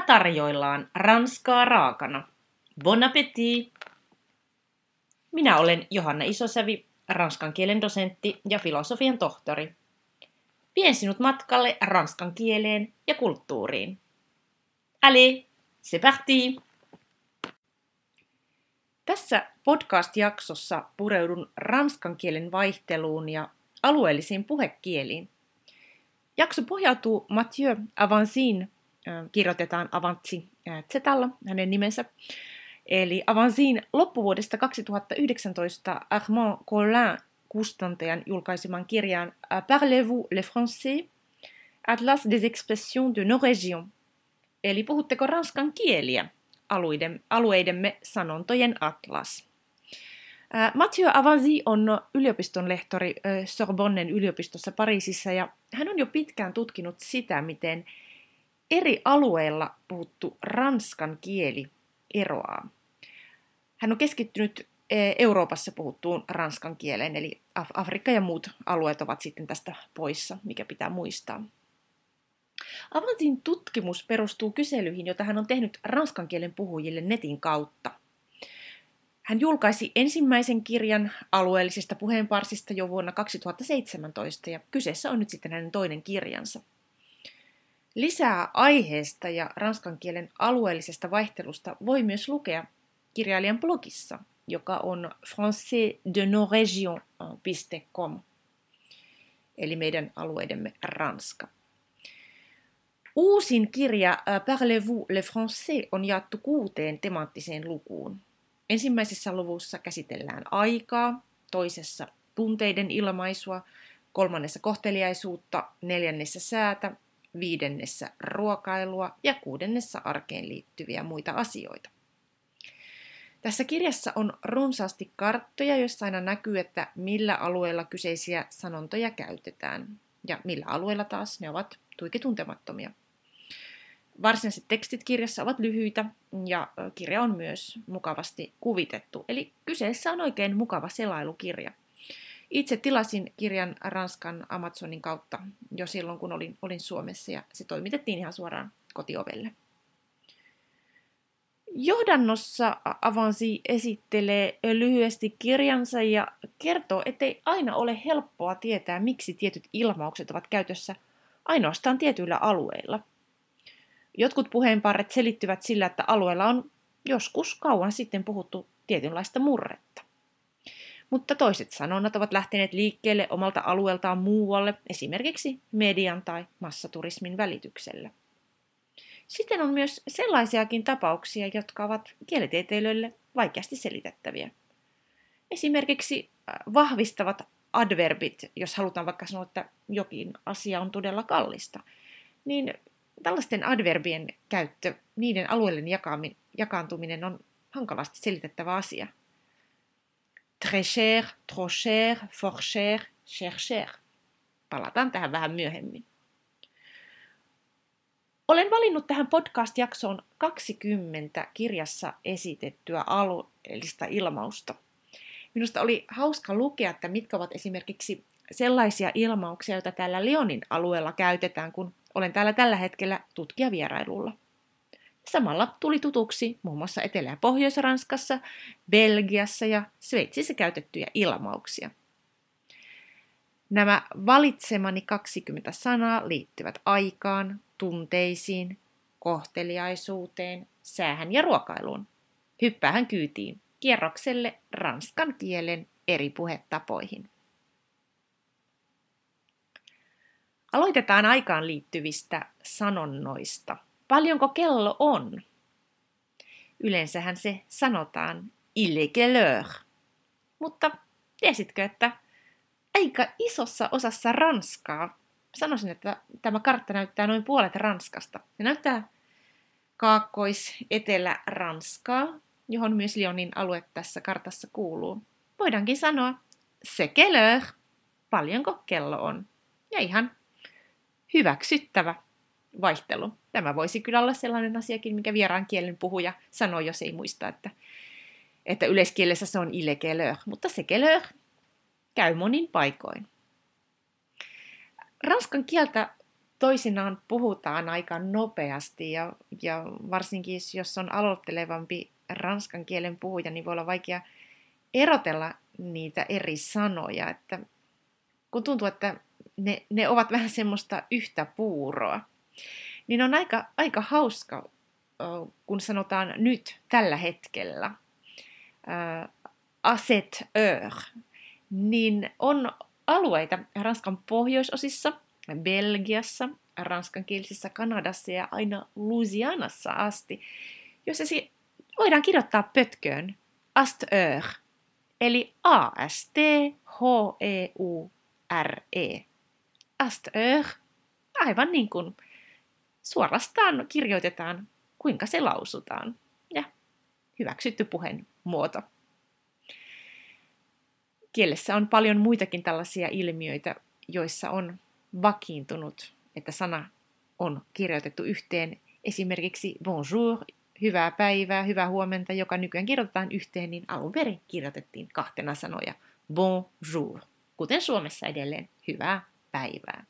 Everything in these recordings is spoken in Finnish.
tarjoillaan ranskaa raakana. Bon appétit! Minä olen Johanna Isosävi, ranskan kielen dosentti ja filosofian tohtori. Vien sinut matkalle ranskan kieleen ja kulttuuriin. Allez, c'est parti! Tässä podcast-jaksossa pureudun ranskan kielen vaihteluun ja alueellisiin puhekieliin. Jakso pohjautuu Mathieu Avancyn, kirjoitetaan Avantsi Z:llä hänen nimensä, eli Avancyn loppuvuodesta 2019 Armand Collin kustantajan julkaiseman kirjaan Parlez-vous le français? Atlas des expressions de nos régions, eli puhutteko ranskan kieliä? Alueidemme sanontojen atlas. Mathieu Avancy on yliopistonlehtori Sorbonnen yliopistossa Pariisissa ja hän on jo pitkään tutkinut sitä, miten eri alueilla puhuttu ranskan kieli eroaa. Hän on keskittynyt Euroopassa puhuttuun ranskan kieleen, eli Afrikka ja muut alueet ovat sitten tästä poissa, mikä pitää muistaa. Avancyn tutkimus perustuu kyselyihin, joita hän on tehnyt ranskan kielen puhujille netin kautta. Hän julkaisi ensimmäisen kirjan alueellisista puheenparsista jo vuonna 2017 ja kyseessä on nyt sitten hänen toinen kirjansa. Lisää aiheesta ja ranskan kielen alueellisesta vaihtelusta voi myös lukea kirjailijan blogissa, joka on françaisdenosregions.com, eli meidän alueidemme ranska. Uusin kirja Parlez-vous le français on jaettu 6 temaattiseen lukuun. Ensimmäisessä luvussa käsitellään aikaa, toisessa tunteiden ilmaisua, 3. kohteliaisuutta, 4. säätä, 5. ruokailua ja 6. arkeen liittyviä muita asioita. Tässä kirjassa on runsaasti karttoja, joissa aina näkyy, että millä alueella kyseisiä sanontoja käytetään ja millä alueella taas ne ovat tuiki tuntemattomia. Varsinaiset tekstit kirjassa ovat lyhyitä ja kirja on myös mukavasti kuvitettu, eli kyseessä on oikein mukava selailukirja. Itse tilasin kirjan Ranskan Amazonin kautta jo silloin, kun olin Suomessa ja se toimitettiin ihan suoraan kotiovelle. Johdannossa Avancy esittelee lyhyesti kirjansa ja kertoo, ettei aina ole helppoa tietää, miksi tietyt ilmaukset ovat käytössä ainoastaan tietyillä alueilla. Jotkut puheenparret selittyvät sillä, että alueella on joskus kauan sitten puhuttu tietynlaista murretta. Mutta toiset sanonnat ovat lähteneet liikkeelle omalta alueeltaan muualle, esimerkiksi median tai massaturismin välityksellä. Sitten on myös sellaisiakin tapauksia, jotka ovat kielitieteilijöille vaikeasti selitettäviä. Esimerkiksi vahvistavat adverbit, jos halutaan vaikka sanoa, että jokin asia on todella kallista, niin tällaisten adverbien käyttö, niiden alueellinen jakaantuminen on hankalasti selitettävä asia. Très cher, trop cher, fort cher, cher cher. Palataan tähän vähän myöhemmin. Olen valinnut tähän podcast-jaksoon 20 kirjassa esitettyä alueellista ilmausta. Minusta oli hauska lukea, että mitkä ovat esimerkiksi sellaisia ilmauksia, joita täällä Lyonin alueella käytetään, kun olen täällä tällä hetkellä tutkijavierailulla. Samalla tuli tutuksi muun muassa Etelä- ja Pohjois-Ranskassa, Belgiassa ja Sveitsissä käytettyjä ilmauksia. Nämä valitsemani 20 sanaa liittyvät aikaan, tunteisiin, kohteliaisuuteen, säähän ja ruokailuun. Hyppäähän kyytiin kierrokselle ranskan kielen eri puhetapoihin. Aloitetaan aikaan liittyvistä sanonnoista. Paljonko kello on? Yleensähän se sanotaan il est quelle heure. Mutta tiesitkö, että aika isossa osassa Ranskaa, sanoisin, että tämä kartta näyttää noin puolet Ranskasta. Se näyttää Kaakkois-Etelä-Ranskaa, johon myös Lyonin alue tässä kartassa kuuluu. Voidaankin sanoa c'est quelle heure, paljonko kello on. Ja ihan hyväksyttävä vaihtelu. Tämä voisi kyllä olla sellainen asiakin, mikä vieraan kielen puhuja sanoo, jos ei muista, että yleiskielessä se on il est quelle heure, mutta c'est quelle heure käy monin paikoin. Ranskan kieltä toisinaan puhutaan aika nopeasti ja varsinkin jos on aloittelevampi ranskan kielen puhuja, niin voi olla vaikea erotella niitä eri sanoja, että kun tuntuu, että ne ovat vähän semmoista yhtä puuroa, niin on aika hauska, kun sanotaan nyt tällä hetkellä, à cette heure, niin on alueita Ranskan pohjoisosissa, Belgiassa, ranskankielisessä Kanadassa ja aina Louisianassa asti, jossa voidaan kirjoittaa pötköön ast heure, eli A-S-T-H-E-U-R-E. Ast heure, aivan niin kuin suorastaan kirjoitetaan, kuinka se lausutaan. Ja hyväksytty puheenmuoto. Kielessä on paljon muitakin tällaisia ilmiöitä, joissa on vakiintunut, että sana on kirjoitettu yhteen. Esimerkiksi bonjour, hyvää päivää, hyvää huomenta, joka nykyään kirjoitetaan yhteen, niin alun perin kirjoitettiin kahtena sanoja bonjour, kuten Suomessa edelleen hyvää päivää.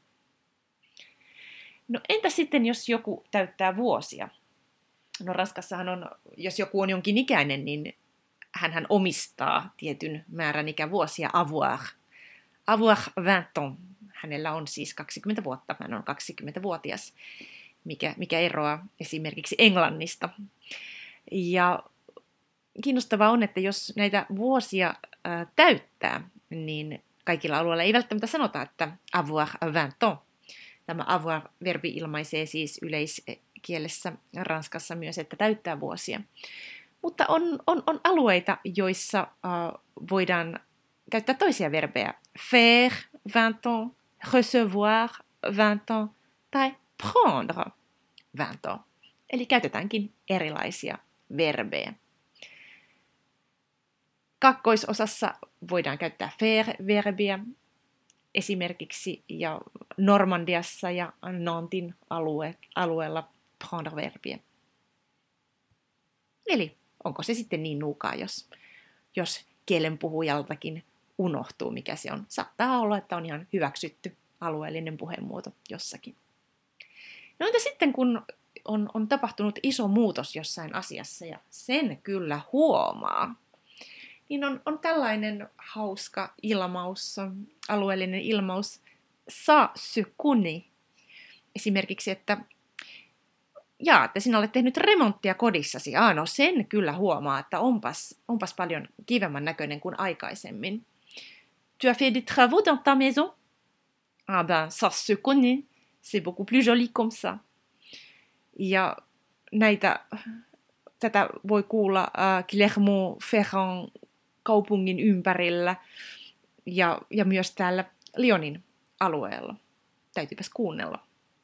No entä sitten, jos joku täyttää vuosia? No Ranskassahan on, jos joku on jonkin ikäinen, niin hänhän omistaa tietyn määrän ikävuosia avoir. Avoir 20 ans. Hänellä on siis 20 vuotta, hän on 20-vuotias, mikä eroaa esimerkiksi Englannista. Ja kiinnostavaa on, että jos näitä vuosia täyttää, niin kaikilla alueilla ei välttämättä sanota, että avoir 20 ans. Tämä avoir-verbi ilmaisee siis yleiskielessä Ranskassa myös, että täyttää vuosia. Mutta on alueita, joissa voidaan käyttää toisia verbejä. Faire 20 ans, recevoir 20 ans tai prendre 20 ans. Eli käytetäänkin erilaisia verbejä. Kakkoisosassa voidaan käyttää faire-verbiä esimerkiksi ja Normandiassa ja Nantin alueella prendre-verbiä. Eli onko se sitten niin nuukaa, jos kielen puhujaltakin unohtuu, mikä se on. Saattaa olla, että on ihan hyväksytty alueellinen puheenmuoto jossakin. No entä sitten, kun on tapahtunut iso muutos jossain asiassa ja sen kyllä huomaa, niin on tällainen hauska ilmaus, alueellinen ilmaus, ça se connaît. Esimerkiksi, että sinä olet tehnyt remonttia kodissasi. No sen kyllä huomaa, että onpas paljon kivemman näköinen kuin aikaisemmin. Tu as fait des travaux dans ta maison? Ah ben, ça se connaît. C'est beaucoup plus joli comme ça. Ja tätä voi kuulla Clermont-Ferrand kaupungin ympärillä ja myös täällä Lyonin alueella. Täytyypäs kuunnella.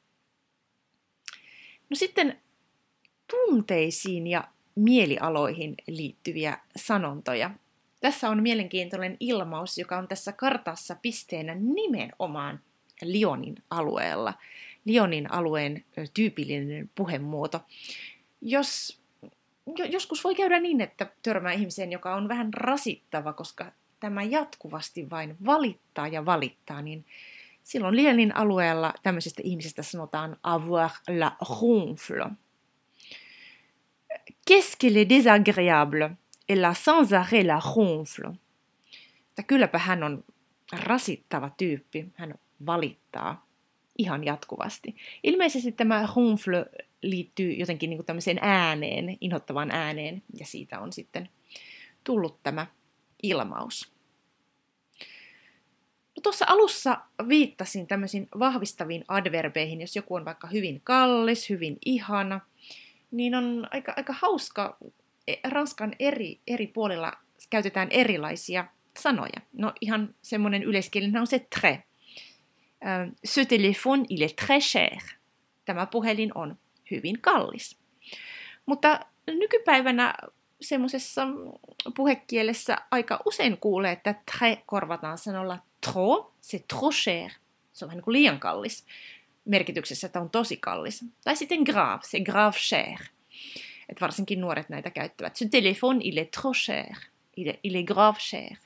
No sitten tunteisiin ja mielialoihin liittyviä sanontoja. Tässä on mielenkiintoinen ilmaus, joka on tässä kartassa pisteenä nimenomaan Lyonin alueella. Lyonin alueen tyypillinen puhemuoto. Joskus voi käydä niin, että törmää ihmiseen, joka on vähän rasittava, koska tämä jatkuvasti vain valittaa, niin silloin Lyonin alueella tämmöisestä ihmisestä sanotaan avoir la ronfle. Qu'est-ce qu'elle est désagréable? Elle a sans arrêt la ronfle. Kylläpä hän on rasittava tyyppi. Hän valittaa ihan jatkuvasti. Ilmeisesti tämä ronfle liittyy jotenkin niin kuin tämmöiseen ääneen, inhottavaan ääneen, ja siitä on sitten tullut tämä ilmaus. No, tuossa alussa viittasin tämmöisiin vahvistaviin adverbeihin, jos joku on vaikka hyvin kallis, hyvin ihana, niin on aika hauska. Ranskan eri puolilla käytetään erilaisia sanoja. No ihan semmoinen yleiskielinen on se très. Ce téléphone, il est très cher. Tämä puhelin on hyvin kallis. Mutta nykypäivänä semmoisessa puhekielessä aika usein kuulee, että très korvataan sanolla trop, c'est trop cher. Se on vähän niin kuin liian kallis. Merkityksessä, että on tosi kallis. Tai sitten grave, c'est grave cher. Et varsinkin nuoret näitä käyttävät. Ce téléphone, il est trop cher. Il est grave cher.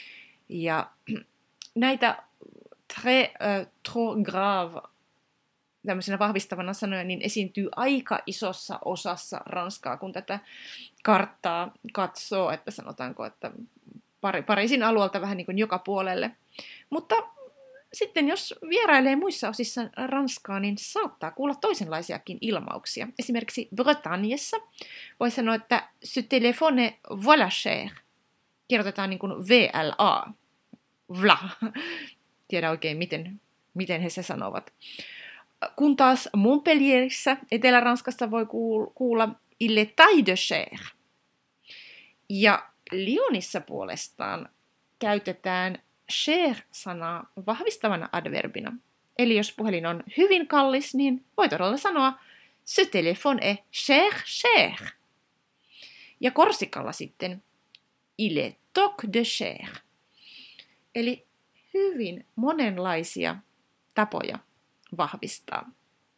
Ja näitä très, trop grave tämmöisenä vahvistavana sanoja, niin esiintyy aika isossa osassa Ranskaa, kun tätä karttaa katsoo, että sanotaanko, että Pariisin alueelta vähän niin kuin joka puolelle. Mutta sitten jos vierailee muissa osissa Ranskaa, niin saattaa kuulla toisenlaisiakin ilmauksia. Esimerkiksi Bretagnessa voi sanoa, että ce téléphone est voilà cher. Kirjoitetaan niin kuin VLA. Vla. Tiedä oikein, miten he se sanovat. Kun taas Montpellierissä, Etelä-Ranskassa voi kuulla il est taille de cher. Ja Lyonissa puolestaan käytetään cher-sanaa vahvistavana adverbina. Eli jos puhelin on hyvin kallis, niin voi todella sanoa ce téléphone est cher. Ja Korsikalla sitten il est toc de cher. Eli hyvin monenlaisia tapoja vahvistaa.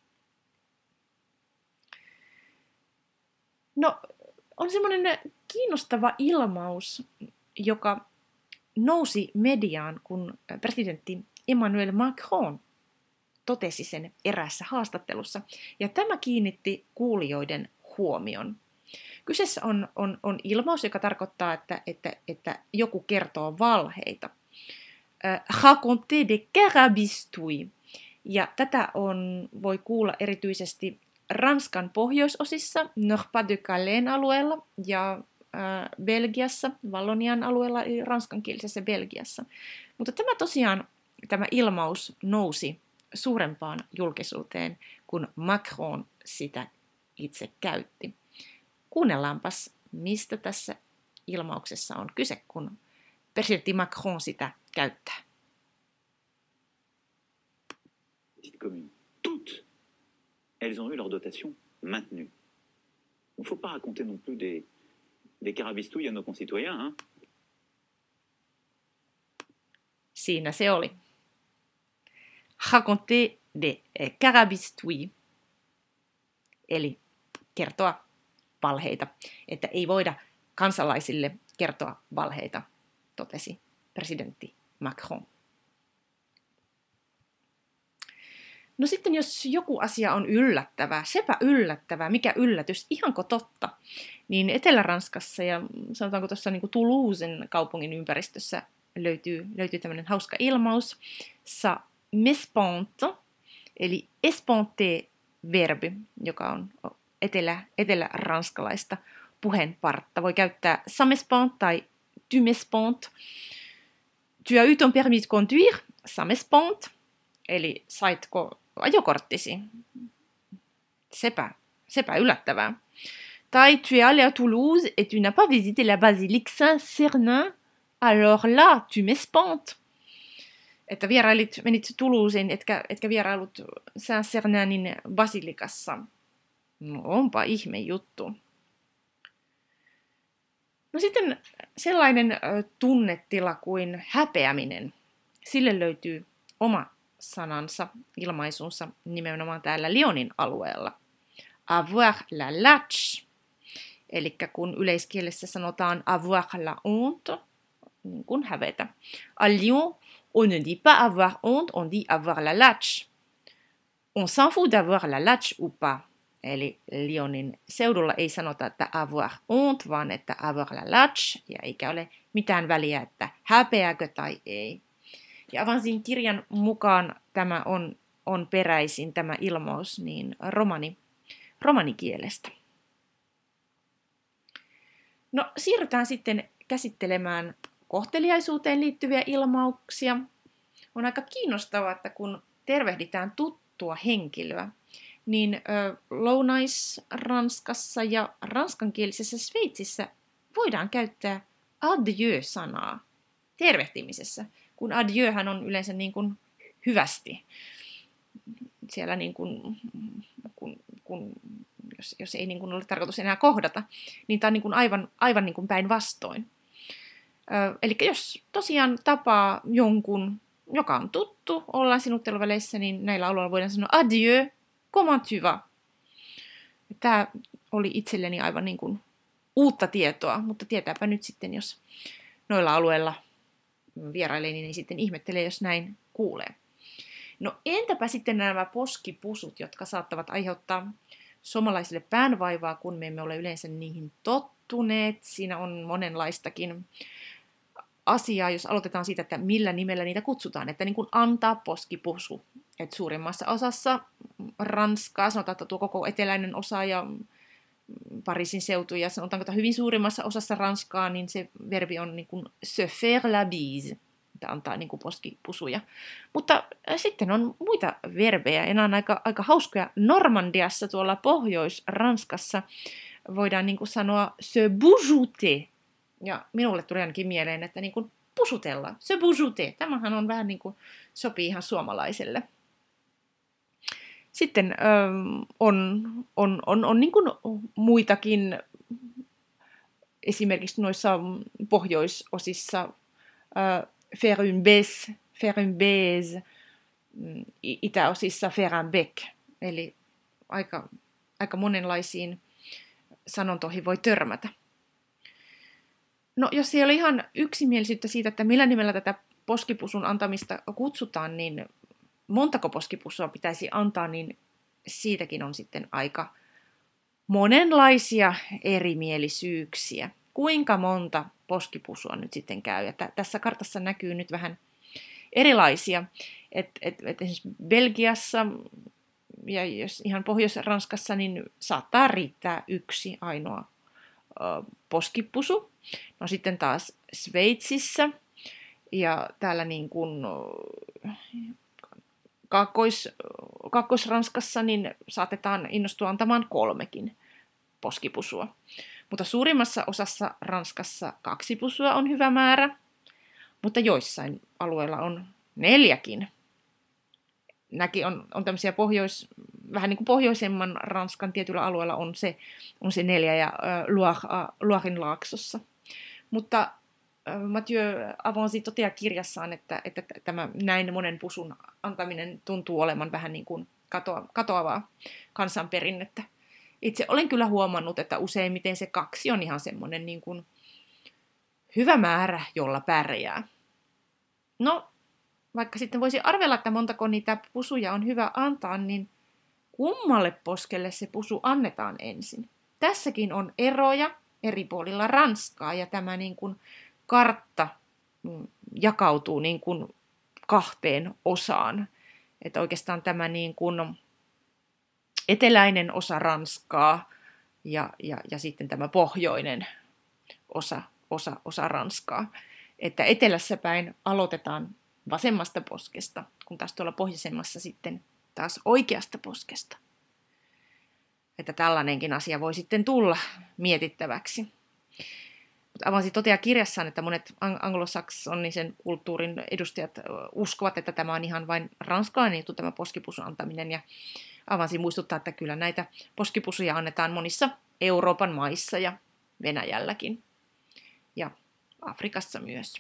No, on semmoinen kiinnostava ilmaus, joka nousi mediaan, kun presidentti Emmanuel Macron totesi sen eräässä haastattelussa. Ja tämä kiinnitti kuulijoiden huomion. Kyseessä on ilmaus, joka tarkoittaa, että joku kertoo valheita. Raconter des carabistouilles. Ja tätä voi kuulla erityisesti Ranskan pohjoisosissa, Nord-Pas-de-Calais alueella ja Belgiassa, Vallonian alueella eli ranskankielisessä Belgiassa. Mutta tämä ilmaus nousi suurempaan julkisuuteen, kun Macron sitä itse käytti. Kuunnellaanpas, mistä tässä ilmauksessa on kyse, kun presidentti Macron sitä käyttää. Toutes, elles ont eu leur dotation maintenue. Il ne faut pas raconter non plus des carabistouilles à nos concitoyens. Hein? Siinä se oli. Raconter des carabistouilles. Eli kertoa valheita. Että ei voida kansalaisille kertoa valheita, totesi presidentti Macron. No sitten jos joku asia on yllättävää, sepä yllättävää, mikä yllätys, ihanko totta, niin Etelä-Ranskassa ja sanotaanko tuossa niin kuin Toulousen kaupungin ympäristössä löytyy tämmöinen hauska ilmaus, sa m'espante, eli espante-verbi, joka on etelä-ranskalaista puheenpartta. Voi käyttää ça m'espante tai tu m'espante. Tu as eu ton permis de conduire, ça m'espante. Eli saitko ajokorttisi? Sepä yllättävää. Tai tu es allé à Toulouse et tu n'as pas visité la basilique Saint-Cernin, alors là tu m'espantes. Että menit Toulouseen, etkä vierailut Saint-Cerninin basilikassa. No onpa ihme juttu. No sitten sellainen tunnetila kuin häpeäminen. Sille löytyy oma sanansa, ilmaisunsa nimenomaan täällä Lyonin alueella. Avoir la lâche. Eli kun yleiskielessä sanotaan avoir la honte, niin kuin hävetä. À Lyon, on ne dit pas avoir honte, on dit avoir la lâche. On s'en fout d'avoir la lâche ou pas. Eli Lyonin seudulla ei sanota, että avoir honte, vaan että avoir la lâche, ja eikä ole mitään väliä, että häpeääkö tai ei. Ja Avansin kirjan mukaan tämä on peräisin, tämä ilmaus, niin romanikielestä. No, siirrytään sitten käsittelemään kohteliaisuuteen liittyviä ilmauksia. On aika kiinnostavaa, että kun tervehditään tuttua henkilöä, niin Lounais-Ranskassa ja ranskankielisessä Sveitsissä voidaan käyttää adieu-sanaa tervehtimisessä, kun adieuhan on yleensä niin kuin hyvästi. Siellä niin kuin, jos ei niin kuin ole tarkoitus enää kohdata, niin tämä on niin kuin aivan niin kuin päinvastoin. Eli jos tosiaan tapaa jonkun, joka on tuttu, ollaan sinutteluväleissä, niin näillä alueilla voidaan sanoa adieu, comment tu vas? Tämä oli itselleni aivan niin kuin uutta tietoa, mutta tietääpä nyt sitten, jos noilla alueilla vierailee, niin sitten ihmettelee, jos näin kuulee. No entäpä sitten nämä poskipusut, jotka saattavat aiheuttaa suomalaisille päänvaivaa, kun me emme ole yleensä niihin tottuneet. Siinä on monenlaistakin asiaa, jos aloitetaan siitä, että millä nimellä niitä kutsutaan. Että niin kuin antaa poskipusu. Että suurimmassa osassa Ranskaa, sanotaan, että tuo koko eteläinen osa ja Pariisin seutu, ja sanotaanko, että hyvin suurimmassa osassa Ranskaa, niin se verbi on niin kuin se faire la bise, että antaa niin kuin poskipusuja. Mutta sitten on muita verbejä, ja nämä on aika hauskoja. Normandiassa, tuolla Pohjois-Ranskassa, voidaan niin kuin sanoa se boujouter. Ja minulle tuli ainakin mieleen, että niin kuin pusutella, se boujouter. Tämähän on vähän niin kuin, sopii ihan suomalaiselle. Sitten on niin kuin muitakin, esimerkiksi noissa pohjoisosissa, faire une baise, itäosissa faire un bec, eli aika monenlaisiin sanontoihin voi törmätä. No, jos ei ole ihan yksimielisyyttä siitä, että millä nimellä tätä poskipusun antamista kutsutaan, niin montako poskipusua pitäisi antaa, niin siitäkin on sitten aika monenlaisia erimielisyyksiä. Kuinka monta poskipusua nyt sitten käy? Ja tässä kartassa näkyy nyt vähän erilaisia. Esimerkiksi Belgiassa ja jos ihan Pohjois-Ranskassa, niin saattaa riittää yksi ainoa poskipusu. No sitten taas Sveitsissä ja täällä niin kuin Kaakkois-Ranskassa niin saatetaan innostua antamaan 3 poskipusua. Mutta suurimmassa osassa Ranskassa 2 pusua on hyvä määrä, mutta joissain alueilla on 4. Näkin on tämmöisiä vähän niin kuin pohjoisemman Ranskan tietyllä alueella on se 4 ja Loiren laaksossa. Mutta Mathieu Avancy toteaa kirjassaan, että tämä näin monen pusun antaminen tuntuu olevan vähän niin kuin katoavaa kansanperinnettä. Itse olen kyllä huomannut, että useimmiten se 2 on ihan semmoinen niin kuin hyvä määrä, jolla pärjää. No, vaikka sitten voisi arvella, että montako niitä pusuja on hyvä antaa, niin kummalle poskelle se pusu annetaan ensin? Tässäkin on eroja eri puolilla Ranskaa, ja tämä niin kuin kartta jakautuu niin kuin 2 osaan. Että oikeastaan tämä niin kuin eteläinen osa Ranskaa ja sitten tämä pohjoinen osa Ranskaa. Että etelässä päin aloitetaan vasemmasta poskesta, kun taas tuolla pohjoisemmassa sitten taas oikeasta poskesta. Että tällainenkin asia voi sitten tulla mietittäväksi. Mutta Avancy toteaa kirjassaan, että monet anglosaksonisen kulttuurin edustajat uskovat, että tämä on ihan vain ranskalainen juttu, tämä poskipusun antaminen. Ja Avancy muistuttaa, että kyllä näitä poskipusuja annetaan monissa Euroopan maissa ja Venäjälläkin. Ja Afrikassa myös.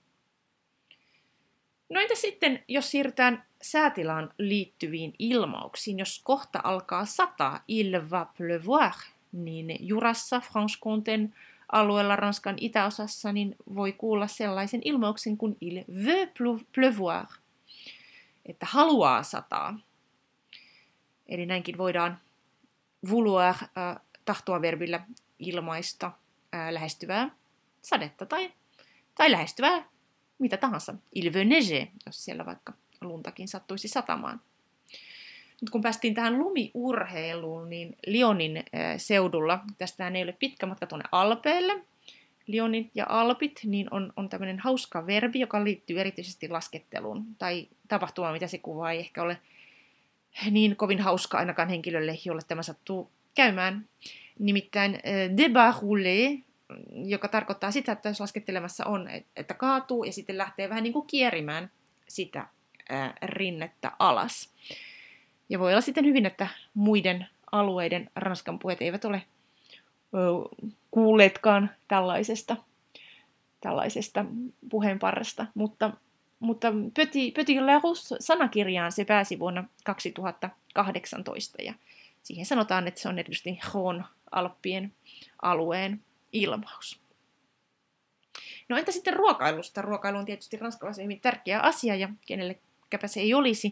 No entä sitten, jos siirrytään säätilaan liittyviin ilmauksiin, jos kohta alkaa sataa, il va pleuvoir, niin Jurassa, Franche-Comten alueella Ranskan itäosassa, niin voi kuulla sellaisen ilmauksen kuin il veut pleuvoir, että haluaa sataa. Eli näinkin voidaan vouloir tahtoa verbillä ilmaista lähestyvää sadetta tai lähestyvää mitä tahansa. Il veut neiger, jos siellä vaikka luntakin sattuisi satamaan. Nyt kun päästiin tähän lumiurheiluun, niin Lyonin seudulla, tästähän ei ole pitkä matka tuonne Alpeille, Lyonit ja Alpit, niin on tämmöinen hauska verbi, joka liittyy erityisesti lasketteluun. Tai tapahtumaan, mitä se kuvaa, ei ehkä ole niin kovin hauska ainakaan henkilölle, jolle tämä sattuu käymään. Nimittäin débarrouler, joka tarkoittaa sitä, että jos laskettelemassa on, että kaatuu ja sitten lähtee vähän niin kuin kierimään sitä rinnettä alas. Ja voi olla sitten hyvin, että muiden alueiden ranskan puhujat eivät ole kuulleetkaan tällaisesta puheenparresta, mutta Petit Larousse-sanakirjaan se pääsi vuonna 2018, ja siihen sanotaan, että se on erityisesti Rhône-Alppien alueen ilmaus. No entä sitten ruokailusta? Ruokailu on tietysti ranskalaisille hyvin tärkeä asia, ja kenellekäpä se ei olisi.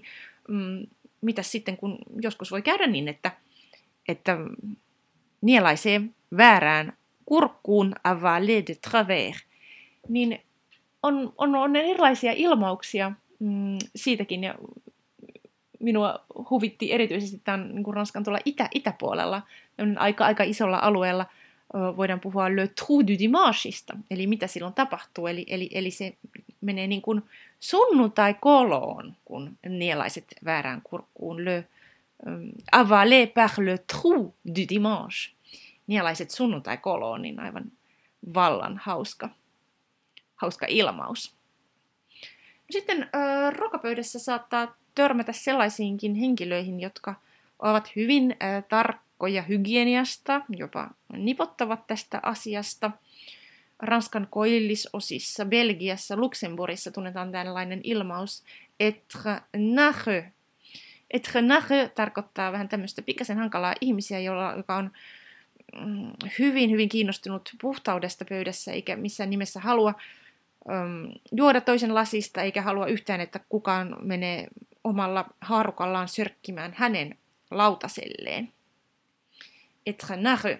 mitä sitten, kun joskus voi käydä niin, että nielaisee väärään kurkkuun avaler de travers, niin on erilaisia ilmauksia siitäkin, ja minua huvitti erityisesti tämän niin kuin Ranskan tuolla itäpuolella, aika isolla alueella voidaan puhua le trou du dimancheista, eli mitä silloin tapahtuu, eli se menee niin kuin sunnuntai-koloon, kun nielaiset väärään kurkkuun, le avalé par le trou du dimanche, nielaiset sunnuntai-koloon, niin aivan vallan hauska ilmaus. Sitten ruokapöydässä saattaa törmätä sellaisiinkin henkilöihin, jotka ovat hyvin tarkkoja hygieniasta, jopa nipottavat tästä asiasta. Ranskan koillisosissa, Belgiassa, Luxemburgissa tunnetaan tällainen ilmaus être narreux. Être narreux tarkoittaa vähän tämmöistä pikkasen hankalaa ihmisiä, joka on hyvin kiinnostunut puhtaudesta pöydässä, eikä missään nimessä halua juoda toisen lasista, eikä halua yhtään, että kukaan menee omalla haarukallaan sörkkimään hänen lautaselleen. Être narreux.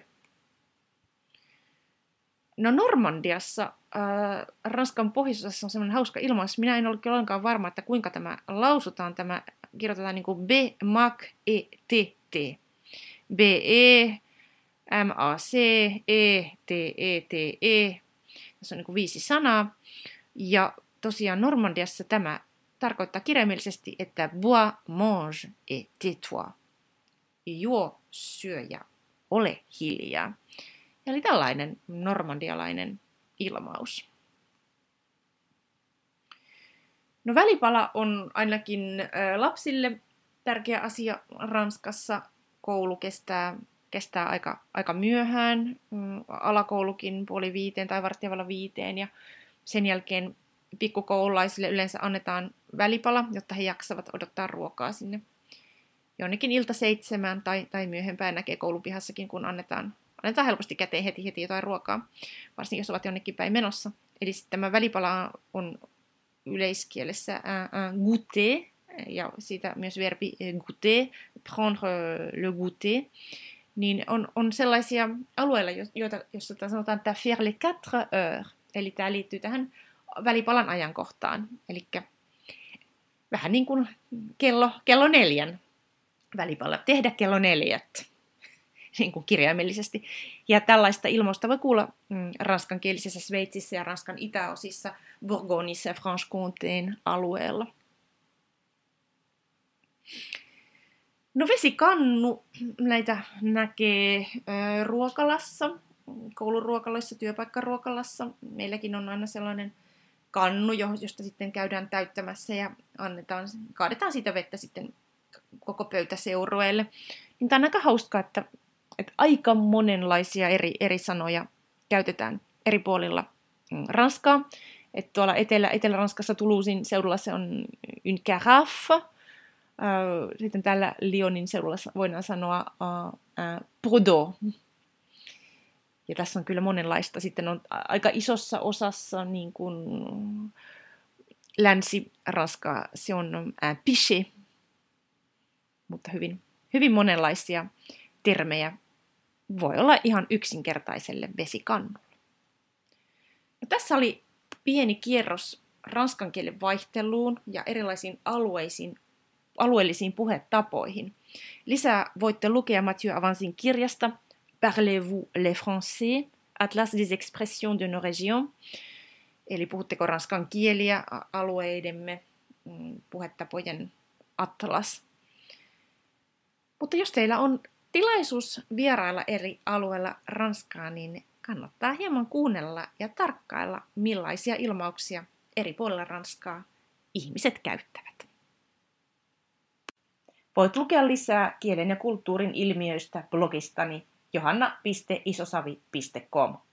No Normandiassa, Ranskan pohjoisosassa on semmoinen hauska ilmaus. Minä en ole kyllä ollenkaan varma, että kuinka tämä lausutaan. Tämä kirjoitetaan niin kuin B-M-A-C-E-T-T. B-E, M-A-C, E-T-E-T-E. Tässä on niin kuin 5 sanaa. Ja tosiaan Normandiassa tämä tarkoittaa kirjaimellisesti, että bois, mange et tais-toi. Juo, syö ja ole hiljaa. Eli tällainen normandialainen ilmaus. No välipala on ainakin lapsille tärkeä asia Ranskassa. Koulu kestää aika myöhään, alakoulukin 4:30 tai 4:45, ja sen jälkeen pikkukoululaisille yleensä annetaan välipala, jotta he jaksavat odottaa ruokaa sinne jonnekin 6:00 tai myöhempään näkee koulupihassakin, kun annetaan helposti käteen heti jotain ruokaa, varsinkin jos ovat jonnekin päin menossa. Eli tämä välipala on yleiskielessä un goûter, ja siitä myös verbi goûter, prendre le goûter, niin on sellaisia alueilla, joissa sanotaan että faire les 4 heures, eli tämä liittyy tähän välipalan ajankohtaan, eli vähän niin kuin kello 4 välipala, tehdä kello 4, niin kuin kirjaimellisesti. Ja tällaista ilmausta voi kuulla ranskankielisessä Sveitsissä ja Ranskan itäosissa, Bourgognessa ja Franche-Comté'n alueella. No vesikannu, näitä näkee ruokalassa, kouluruokaloissa, työpaikkaruokalassa. Meilläkin on aina sellainen kannu, josta sitten käydään täyttämässä ja kaadetaan siitä vettä sitten koko pöytäseurueelle. Niin tämä on aika hauskaa, että aika monenlaisia eri sanoja käytetään eri puolilla Ranskaa. Että tuolla Etelä-Ranskassa Toulousin seudulla se on une carafe. Sitten täällä Lyonin seudulla voidaan sanoa pot d'eau. Ja tässä on kyllä monenlaista. Sitten on aika isossa osassa niin kuin Länsi-Ranskaa se on un pichet. Mutta hyvin monenlaisia termejä voi olla ihan yksinkertaiselle vesikannulle. No, tässä oli pieni kierros ranskan kielen vaihteluun ja erilaisiin alueellisiin puhetapoihin. Lisää voitte lukea Mathieu Avancin kirjasta Parlez-vous le français? Atlas des expressions de nos régions. Eli puhutteko ranskan kieliä, alueidemme puhetapojen atlas. Mutta jos teillä on tilaisuus vierailla eri alueilla Ranskaa, niin kannattaa hieman kuunnella ja tarkkailla, millaisia ilmauksia eri puolilla Ranskaa ihmiset käyttävät. Voit lukea lisää kielen ja kulttuurin ilmiöistä blogistani johanna.isosavi.com.